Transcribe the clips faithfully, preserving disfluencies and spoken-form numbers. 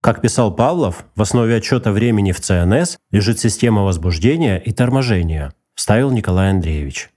Как писал Павлов, в основе отсчета времени в ЦНС лежит система возбуждения и торможения, вставил Николай Андреевич.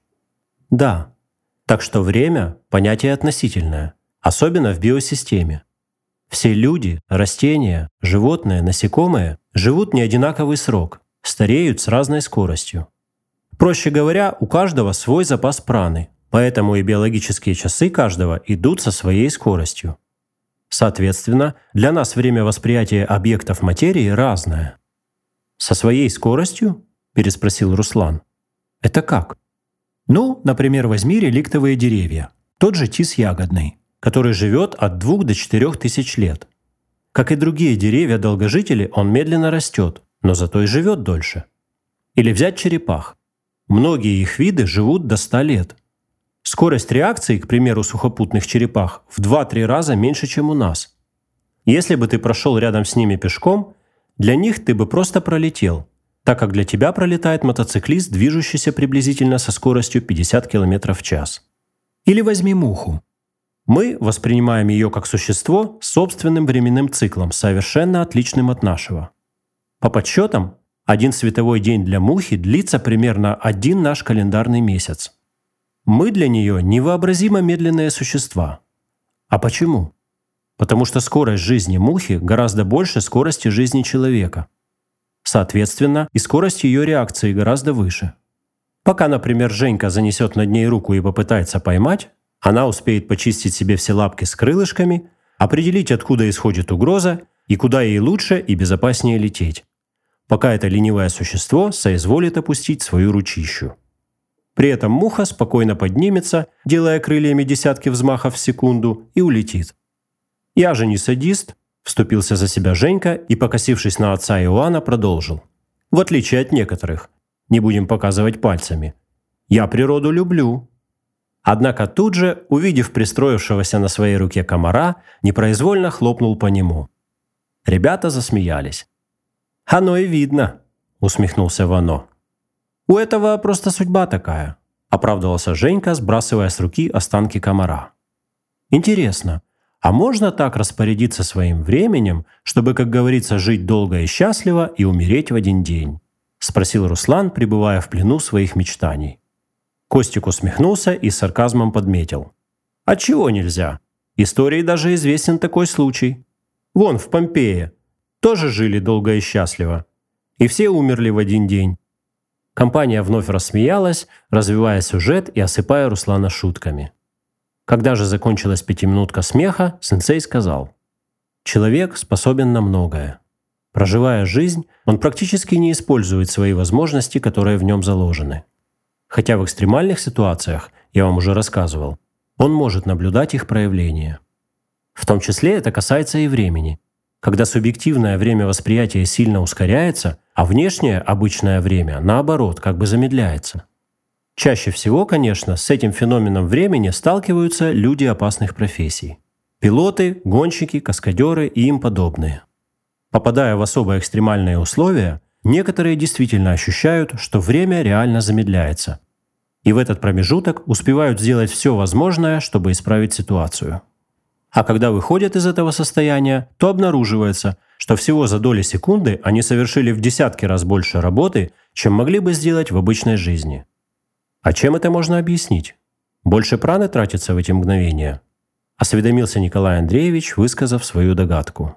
Да, так что время – понятие относительное, особенно в биосистеме. Все люди, растения, животные, насекомые живут не одинаковый срок, стареют с разной скоростью. Проще говоря, у каждого свой запас праны, поэтому и биологические часы каждого идут со своей скоростью. Соответственно, для нас время восприятия объектов материи разное. «Со своей скоростью?» – переспросил Руслан. «Это как?» «Ну, например, возьми реликтовые деревья, тот же тис ягодный, который живет от двух до четырех тысяч лет. Как и другие деревья-долгожители, он медленно растет, но зато и живет дольше. Или взять черепах. Многие их виды живут до ста лет. Скорость реакции, к примеру, сухопутных черепах в два-три раза меньше, чем у нас. Если бы ты прошел рядом с ними пешком, для них ты бы просто пролетел, так как для тебя пролетает мотоциклист, движущийся приблизительно со скоростью пятьдесят километров в час. Или возьми муху. Мы воспринимаем ее как существо с собственным временным циклом, совершенно отличным от нашего. По подсчетам, один световой день для мухи длится примерно один наш календарный месяц. Мы для нее невообразимо медленные существа. А почему? Потому что скорость жизни мухи гораздо больше скорости жизни человека. Соответственно, и скорость ее реакции гораздо выше. Пока, например, Женька занесет над ней руку и попытается поймать, она успеет почистить себе все лапки с крылышками, определить, откуда исходит угроза и куда ей лучше и безопаснее лететь, пока это ленивое существо соизволит опустить свою ручищу. При этом муха спокойно поднимется, делая крыльями десятки взмахов в секунду, и улетит. «Я же не садист», – вступился за себя Женька и, покосившись на отца Иоанна, продолжил. «В отличие от некоторых, не будем показывать пальцами, я природу люблю». Однако тут же, увидев пристроившегося на своей руке комара, непроизвольно хлопнул по нему. Ребята засмеялись. «Оно и видно», – усмехнулся Вано. «У этого просто судьба такая», – оправдывался Женька, сбрасывая с руки останки комара. «Интересно, а можно так распорядиться своим временем, чтобы, как говорится, жить долго и счастливо и умереть в один день?» – спросил Руслан, пребывая в плену своих мечтаний. Костик усмехнулся и с сарказмом подметил. «А чего нельзя? Истории даже известен такой случай. Вон в Помпее тоже жили долго и счастливо. И все умерли в один день». Компания вновь рассмеялась, развивая сюжет и осыпая Руслана шутками. Когда же закончилась пятиминутка смеха, сенсей сказал: «Человек способен на многое. Проживая жизнь, он практически не использует свои возможности, которые в нем заложены. Хотя в экстремальных ситуациях, я вам уже рассказывал, он может наблюдать их проявление. В том числе это касается и времени. Когда субъективное время восприятия сильно ускоряется, а внешнее, обычное время, наоборот, как бы замедляется. Чаще всего, конечно, с этим феноменом времени сталкиваются люди опасных профессий. Пилоты, гонщики, каскадеры и им подобные. Попадая в особо экстремальные условия, некоторые действительно ощущают, что время реально замедляется. И в этот промежуток успевают сделать все возможное, чтобы исправить ситуацию. А когда выходят из этого состояния, то обнаруживается, что всего за доли секунды они совершили в десятки раз больше работы, чем могли бы сделать в обычной жизни. А чем это можно объяснить? Больше праны тратится в эти мгновения? Осведомился Николай Андреевич, высказав свою догадку.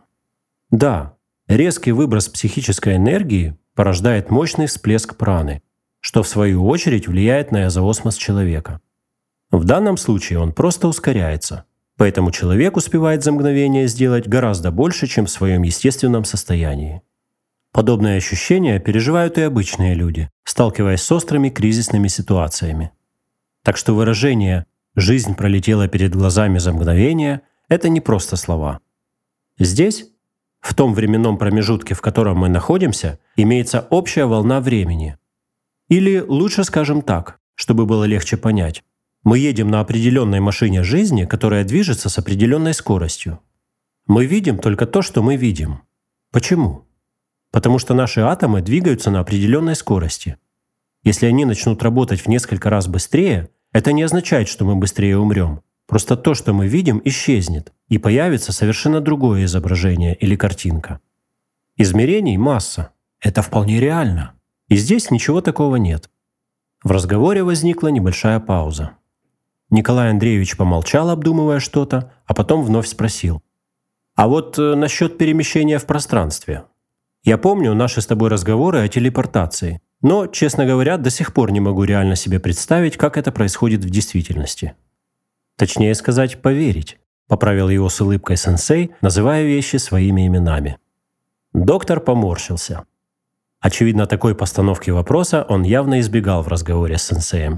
Да, резкий выброс психической энергии порождает мощный всплеск праны, что в свою очередь влияет на изоосмос человека. В данном случае он просто ускоряется. Поэтому человек успевает за мгновение сделать гораздо больше, чем в своем естественном состоянии. Подобные ощущения переживают и обычные люди, сталкиваясь с острыми кризисными ситуациями. Так что выражение «жизнь пролетела перед глазами за мгновение» — это не просто слова. Здесь, в том временном промежутке, в котором мы находимся, имеется общая волна времени. Или лучше скажем так, чтобы было легче понять. Мы едем на определенной машине жизни, которая движется с определенной скоростью. Мы видим только то, что мы видим. Почему? Потому что наши атомы двигаются на определенной скорости. Если они начнут работать в несколько раз быстрее, это не означает, что мы быстрее умрем. Просто то, что мы видим, исчезнет, и появится совершенно другое изображение или картинка. Измерений масса. Это вполне реально. И здесь ничего такого нет. В разговоре возникла небольшая пауза. Николай Андреевич помолчал, обдумывая что-то, а потом вновь спросил. «А вот э, насчет перемещения в пространстве. Я помню наши с тобой разговоры о телепортации, но, честно говоря, до сих пор не могу реально себе представить, как это происходит в действительности. Точнее сказать, поверить», — поправил его с улыбкой сенсей, называя вещи своими именами. Доктор поморщился. Очевидно, такой постановки вопроса он явно избегал в разговоре с сенсеем.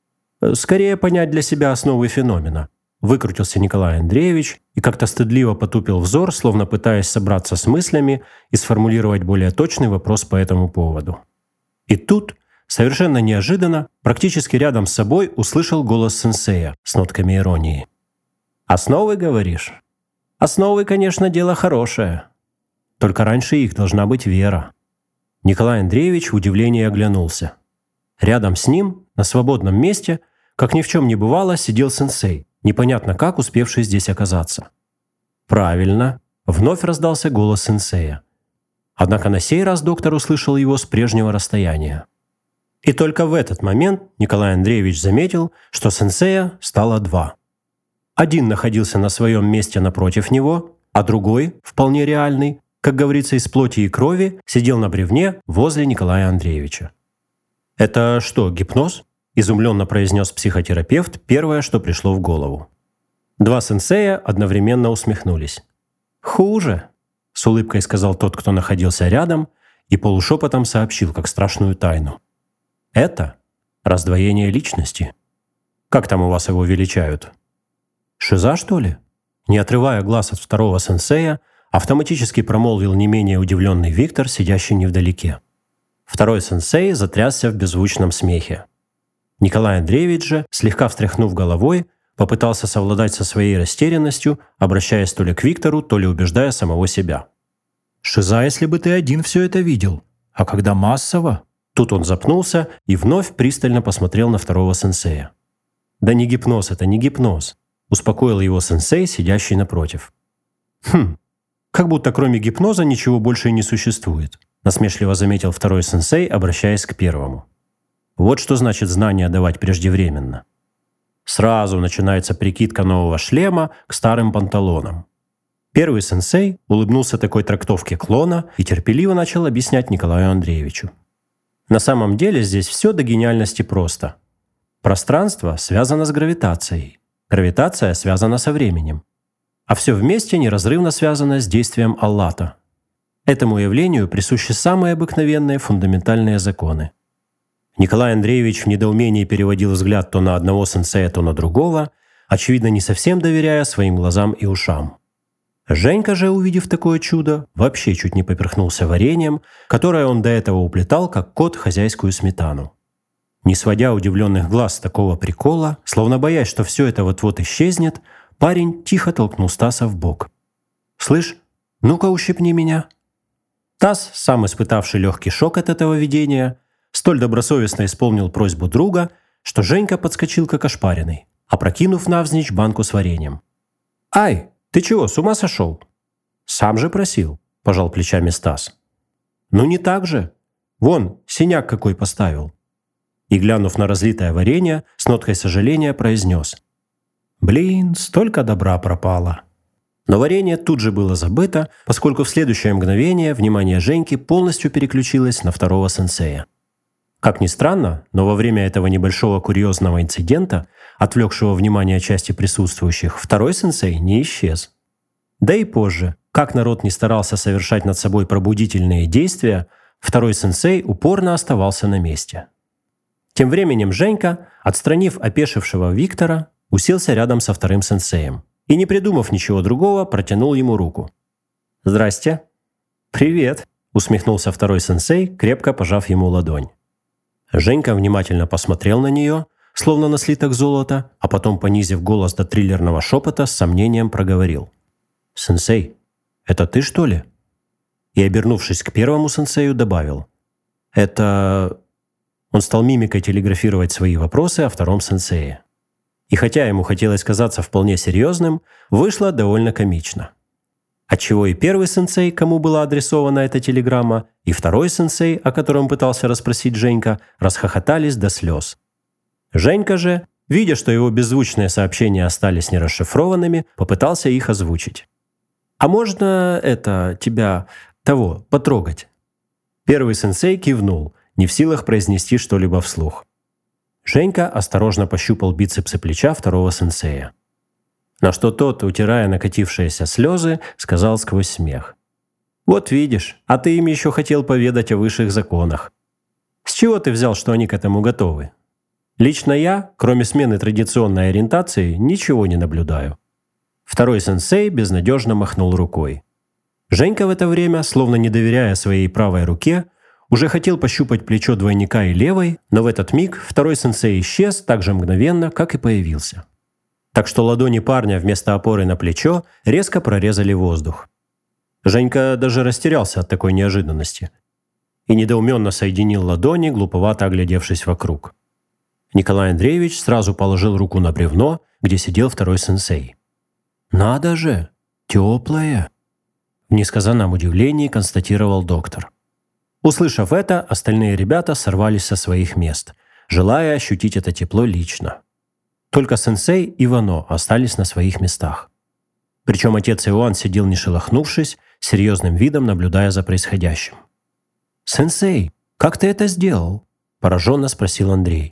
«Скорее понять для себя основы феномена», — выкрутился Николай Андреевич и как-то стыдливо потупил взор, словно пытаясь собраться с мыслями и сформулировать более точный вопрос по этому поводу. И тут, совершенно неожиданно, практически рядом с собой услышал голос сенсея с нотками иронии. «Основы, говоришь? Основы, конечно, дело хорошее. Только раньше их должна быть вера». Николай Андреевич в удивлении оглянулся. Рядом с ним, на свободном месте, как ни в чем не бывало, сидел сенсей, непонятно как успевший здесь оказаться. «Правильно», — вновь раздался голос сенсея. Однако на сей раз доктор услышал его с прежнего расстояния. И только в этот момент Николай Андреевич заметил, что сенсея стало два. Один находился на своем месте напротив него, а другой, вполне реальный, как говорится, из плоти и крови, сидел на бревне возле Николая Андреевича. «Это что, гипноз?» – изумленно произнес психотерапевт первое, что пришло в голову. Два сенсея одновременно усмехнулись. «Хуже», – с улыбкой сказал тот, кто находился рядом, и полушепотом сообщил как страшную тайну. «Это раздвоение личности. Как там у вас его величают? Шиза, что ли?» Не отрывая глаз от второго сенсея, автоматически промолвил не менее удивленный Виктор, сидящий невдалеке. Второй сенсей затрясся в беззвучном смехе. Николай Андреевич же, слегка встряхнув головой, попытался совладать со своей растерянностью, обращаясь то ли к Виктору, то ли убеждая самого себя. «Шиза, если бы ты один все это видел. А когда массово?» Тут он запнулся и вновь пристально посмотрел на второго сенсея. «Да не гипноз это, не гипноз», — успокоил его сенсей, сидящий напротив. «Хм, как будто кроме гипноза ничего больше и не существует», — насмешливо заметил второй сенсей, обращаясь к первому. «Вот что значит знания давать преждевременно. Сразу начинается прикидка нового шлема к старым панталонам». Первый сенсей улыбнулся такой трактовке клона и терпеливо начал объяснять Николаю Андреевичу. На самом деле здесь все до гениальности просто. Пространство связано с гравитацией, гравитация связана со временем, а все вместе неразрывно связано с действием Аллата. Этому явлению присущи самые обыкновенные фундаментальные законы. Николай Андреевич в недоумении переводил взгляд то на одного сенсея, то на другого, очевидно, не совсем доверяя своим глазам и ушам. Женька же, увидев такое чудо, вообще чуть не поперхнулся вареньем, которое он до этого уплетал, как кот хозяйскую сметану. Не сводя удивленных глаз с такого прикола, словно боясь, что все это вот-вот исчезнет, парень тихо толкнул Стаса в бок. «Слышь, ну-ка ущипни меня». Стас, сам испытавший легкий шок от этого видения, столь добросовестно исполнил просьбу друга, что Женька подскочил как ошпаренный, опрокинув навзничь банку с вареньем. «Ай, ты чего, с ума сошел?» «Сам же просил», – пожал плечами Стас. «Ну не так же. Вон, синяк какой поставил». И, глянув на разлитое варенье, с ноткой сожаления произнес. «Блин, столько добра пропало». Но варенье тут же было забыто, поскольку в следующее мгновение внимание Женьки полностью переключилось на второго сенсея. Как ни странно, но во время этого небольшого курьезного инцидента, отвлекшего внимание части присутствующих, второй сенсей не исчез. Да и позже, как народ не старался совершать над собой пробудительные действия, второй сенсей упорно оставался на месте. Тем временем Женька, отстранив опешившего Виктора, уселся рядом со вторым сенсеем и, не придумав ничего другого, протянул ему руку. «Здрасте». «Привет», — усмехнулся второй сенсей, крепко пожав ему ладонь. Женька внимательно посмотрел на нее, словно на слиток золота, а потом, понизив голос до триллерного шепота, с сомнением проговорил. «Сенсей, это ты, что ли?» И, обернувшись к первому сенсею, добавил. «Это...» Он стал мимикой телеграфировать свои вопросы о втором сенсее. И хотя ему хотелось казаться вполне серьезным, вышло довольно комично. Отчего и первый сенсей, кому была адресована эта телеграмма, и второй сенсей, о котором пытался расспросить Женька, расхохотались до слез. Женька же, видя, что его беззвучные сообщения остались нерасшифрованными, попытался их озвучить. «А можно это, тебя, того, потрогать?» Первый сенсей кивнул, не в силах произнести что-либо вслух. Женька осторожно пощупал бицепсы плеча второго сенсея. На что тот, утирая накатившиеся слезы, сказал сквозь смех: «Вот видишь, а ты им еще хотел поведать о высших законах. С чего ты взял, что они к этому готовы? Лично я, кроме смены традиционной ориентации, ничего не наблюдаю». Второй сенсей безнадежно махнул рукой. Женька в это время, словно не доверяя своей правой руке, уже хотел пощупать плечо двойника и левой, но в этот миг второй сенсей исчез так же мгновенно, как и появился. Так что ладони парня вместо опоры на плечо резко прорезали воздух. Женька даже растерялся от такой неожиданности и недоуменно соединил ладони, глуповато оглядевшись вокруг. Николай Андреевич сразу положил руку на бревно, где сидел второй сенсей. «Надо же! Теплое!» В несказанном удивлении констатировал доктор. Услышав это, остальные ребята сорвались со своих мест, желая ощутить это тепло лично. Только сенсей и Вано остались на своих местах. Причем отец Иоанн сидел не шелохнувшись, серьезным видом наблюдая за происходящим. «Сенсей, как ты это сделал?» – пораженно спросил Андрей.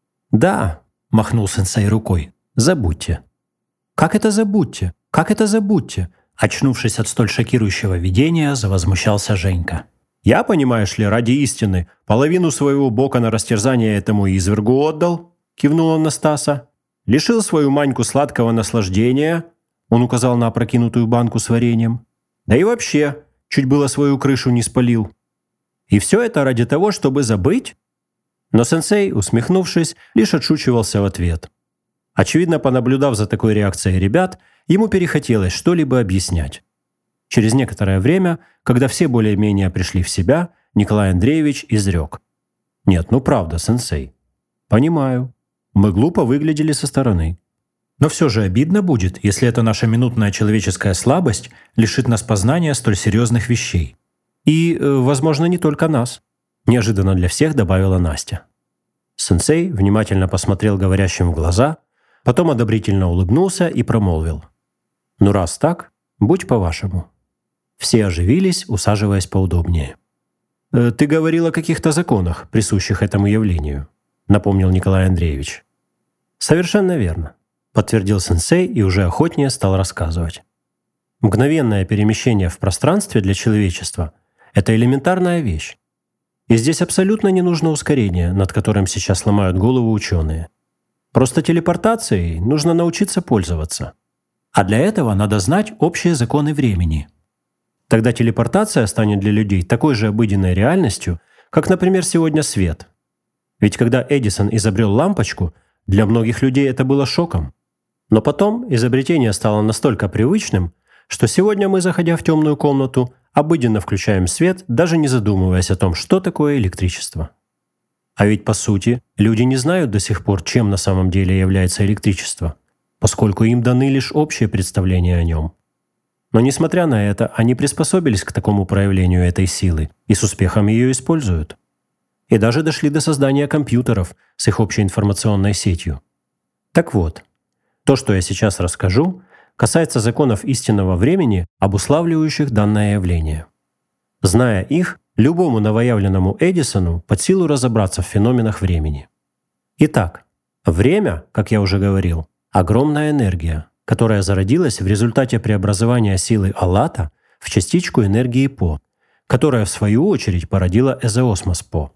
«Да», – махнул сенсей рукой, – «забудьте». «Как это забудьте? Как это забудьте?» Очнувшись от столь шокирующего видения, завозмущался Женька. «Я, понимаешь ли, ради истины, половину своего бока на растерзание этому извергу отдал», – кивнул он на Стаса. «Лишил свою Маньку сладкого наслаждения», – он указал на опрокинутую банку с вареньем. «Да и вообще, чуть было свою крышу не спалил. И все это ради того, чтобы забыть?» Но сенсей, усмехнувшись, лишь отшучивался в ответ. Очевидно, понаблюдав за такой реакцией ребят, ему перехотелось что-либо объяснять. Через некоторое время, когда все более-менее пришли в себя, Николай Андреевич изрек: «Нет, ну правда, сенсей. Понимаю. Мы глупо выглядели со стороны. Но все же обидно будет, если эта наша минутная человеческая слабость лишит нас познания столь серьезных вещей. И, э, возможно, не только нас», – неожиданно для всех добавила Настя. Сенсей внимательно посмотрел говорящим в глаза, потом одобрительно улыбнулся и промолвил: «Ну раз так, будь по-вашему». Все оживились, усаживаясь поудобнее. «Э, «Ты говорил о каких-то законах, присущих этому явлению», – напомнил Николай Андреевич. «Совершенно верно», – подтвердил сенсей и уже охотнее стал рассказывать. «Мгновенное перемещение в пространстве для человечества – это элементарная вещь. И здесь абсолютно не нужно ускорение, над которым сейчас ломают голову ученые. Просто телепортацией нужно научиться пользоваться. А для этого надо знать общие законы времени. Тогда телепортация станет для людей такой же обыденной реальностью, как, например, сегодня свет. Ведь когда Эдисон изобрел лампочку, для многих людей это было шоком. Но потом изобретение стало настолько привычным, что сегодня мы, заходя в темную комнату, обыденно включаем свет, даже не задумываясь о том, что такое электричество. А ведь, по сути, люди не знают до сих пор, чем на самом деле является электричество, поскольку им даны лишь общее представление о нем. Но несмотря на это, они приспособились к такому проявлению этой силы и с успехом ее используют. И даже дошли до создания компьютеров с их общей информационной сетью. Так вот, то, что я сейчас расскажу, касается законов истинного времени, обуславливающих данное явление. Зная их, любому новоявленному Эдисону под силу разобраться в феноменах времени. Итак, время, как я уже говорил, огромная энергия, которая зародилась в результате преобразования силы Аллата в частичку энергии По, которая в свою очередь породила эзоосмос По.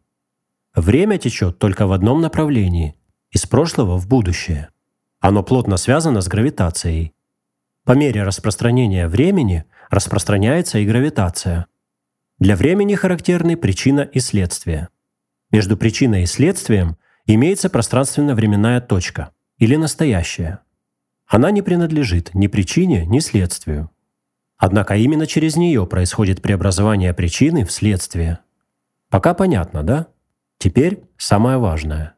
Время течет только в одном направлении – из прошлого в будущее. Оно плотно связано с гравитацией. По мере распространения времени распространяется и гравитация. Для времени характерны причина и следствие. Между причиной и следствием имеется пространственно-временная точка или настоящее. Она не принадлежит ни причине, ни следствию. Однако именно через нее происходит преобразование причины в следствие. Пока понятно, да? Теперь самое важное.